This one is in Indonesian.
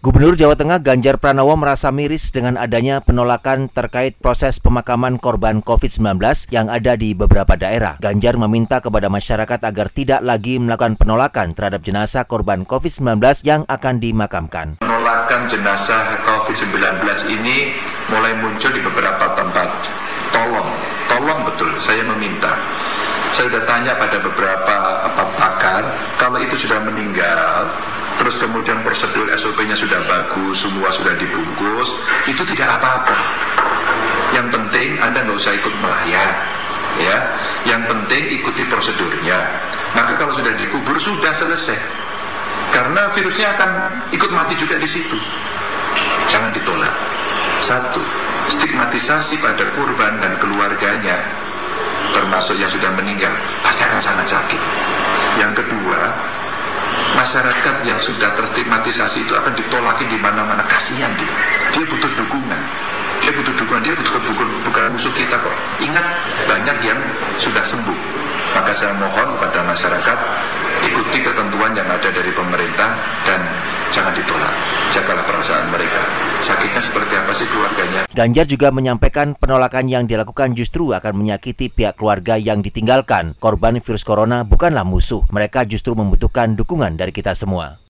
Gubernur Jawa Tengah Ganjar Pranowo merasa miris dengan adanya penolakan terkait proses pemakaman korban COVID-19 yang ada di beberapa daerah. Ganjar meminta kepada masyarakat agar tidak lagi melakukan penolakan terhadap jenazah korban COVID-19 yang akan dimakamkan. Penolakan jenazah COVID-19 ini mulai muncul di beberapa tempat. Tolong betul, saya meminta. Saya sudah tanya pada beberapa pakar, kalau itu sudah meninggal, terus kemudian prosedur SOP-nya sudah bagus, semua sudah dibungkus, itu tidak apa-apa. Yang penting Anda nggak usah ikut melayat, ya. Yang penting ikuti prosedurnya. Maka kalau sudah dikubur sudah selesai. Karena virusnya akan ikut mati juga di situ. Jangan ditolak. Satu, stigmatisasi pada korban dan keluarganya, termasuk yang sudah meninggal, pasti akan sangat sakit. Yang kedua, masyarakat yang sudah terstigmatisasi itu akan ditolakin di mana-mana. Kasihan dia. Dia butuh dukungan. Dia bukan musuh kita kok. Ingat, banyak yang sudah sembuh. Maka saya mohon kepada masyarakat, ikuti ketentuan yang ada dari pemerintah dan jangan ditolak. Jagalah perasaan mereka. Sakitnya seperti apa sih keluarganya? Ganjar juga menyampaikan penolakan yang dilakukan justru akan menyakiti pihak keluarga yang ditinggalkan. Korban virus corona bukanlah musuh. Mereka justru membutuhkan dukungan dari kita semua.